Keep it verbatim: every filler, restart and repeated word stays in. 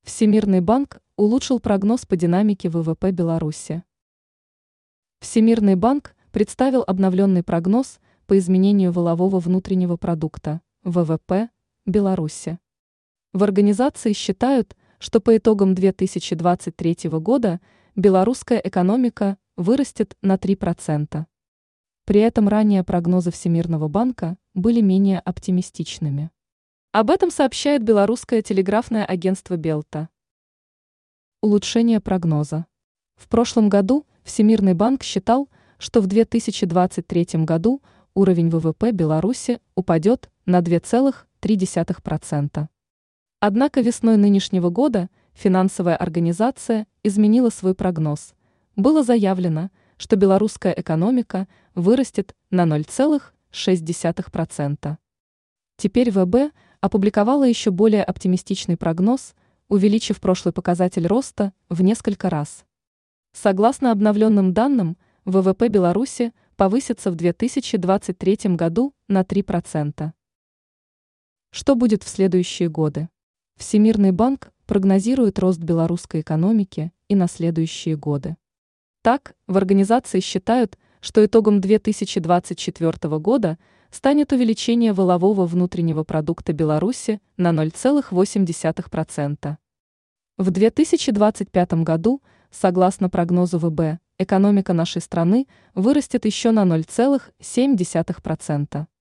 Всемирный банк улучшил прогноз по динамике вэ вэ пэ Беларуси. Всемирный банк представил обновленный прогноз по изменению валового внутреннего продукта вэ вэ пэ Беларуси. В организации считают, что по итогам две тысячи двадцать третьего года белорусская экономика вырастет на три процента. При этом ранее прогнозы Всемирного банка были менее оптимистичными. Об этом сообщает белорусское телеграфное агентство Белта. Улучшение прогноза. В прошлом году Всемирный банк считал, что в две тысячи двадцать третьем году уровень вэ вэ пэ Беларуси упадет на два целых три десятых процента. Однако весной нынешнего года финансовая организация изменила свой прогноз. Было заявлено, что белорусская экономика вырастет на ноль целых шесть десятых процента. Теперь вэ бэ опубликовала еще более оптимистичный прогноз, увеличив прошлый показатель роста в несколько раз. Согласно обновленным данным, вэ вэ пэ Беларуси повысится в две тысячи двадцать третьем году на три процента. Что будет в следующие годы? Всемирный банк прогнозирует рост белорусской экономики и на следующие годы. Так, в организации считают, что итогом две тысячи двадцать четвёртого года станет увеличение валового внутреннего продукта Беларуси на ноль целых восемь десятых процента. В две тысячи двадцать пятом году, согласно прогнозу вэ бэ, экономика нашей страны вырастет еще на ноль целых семь десятых процента.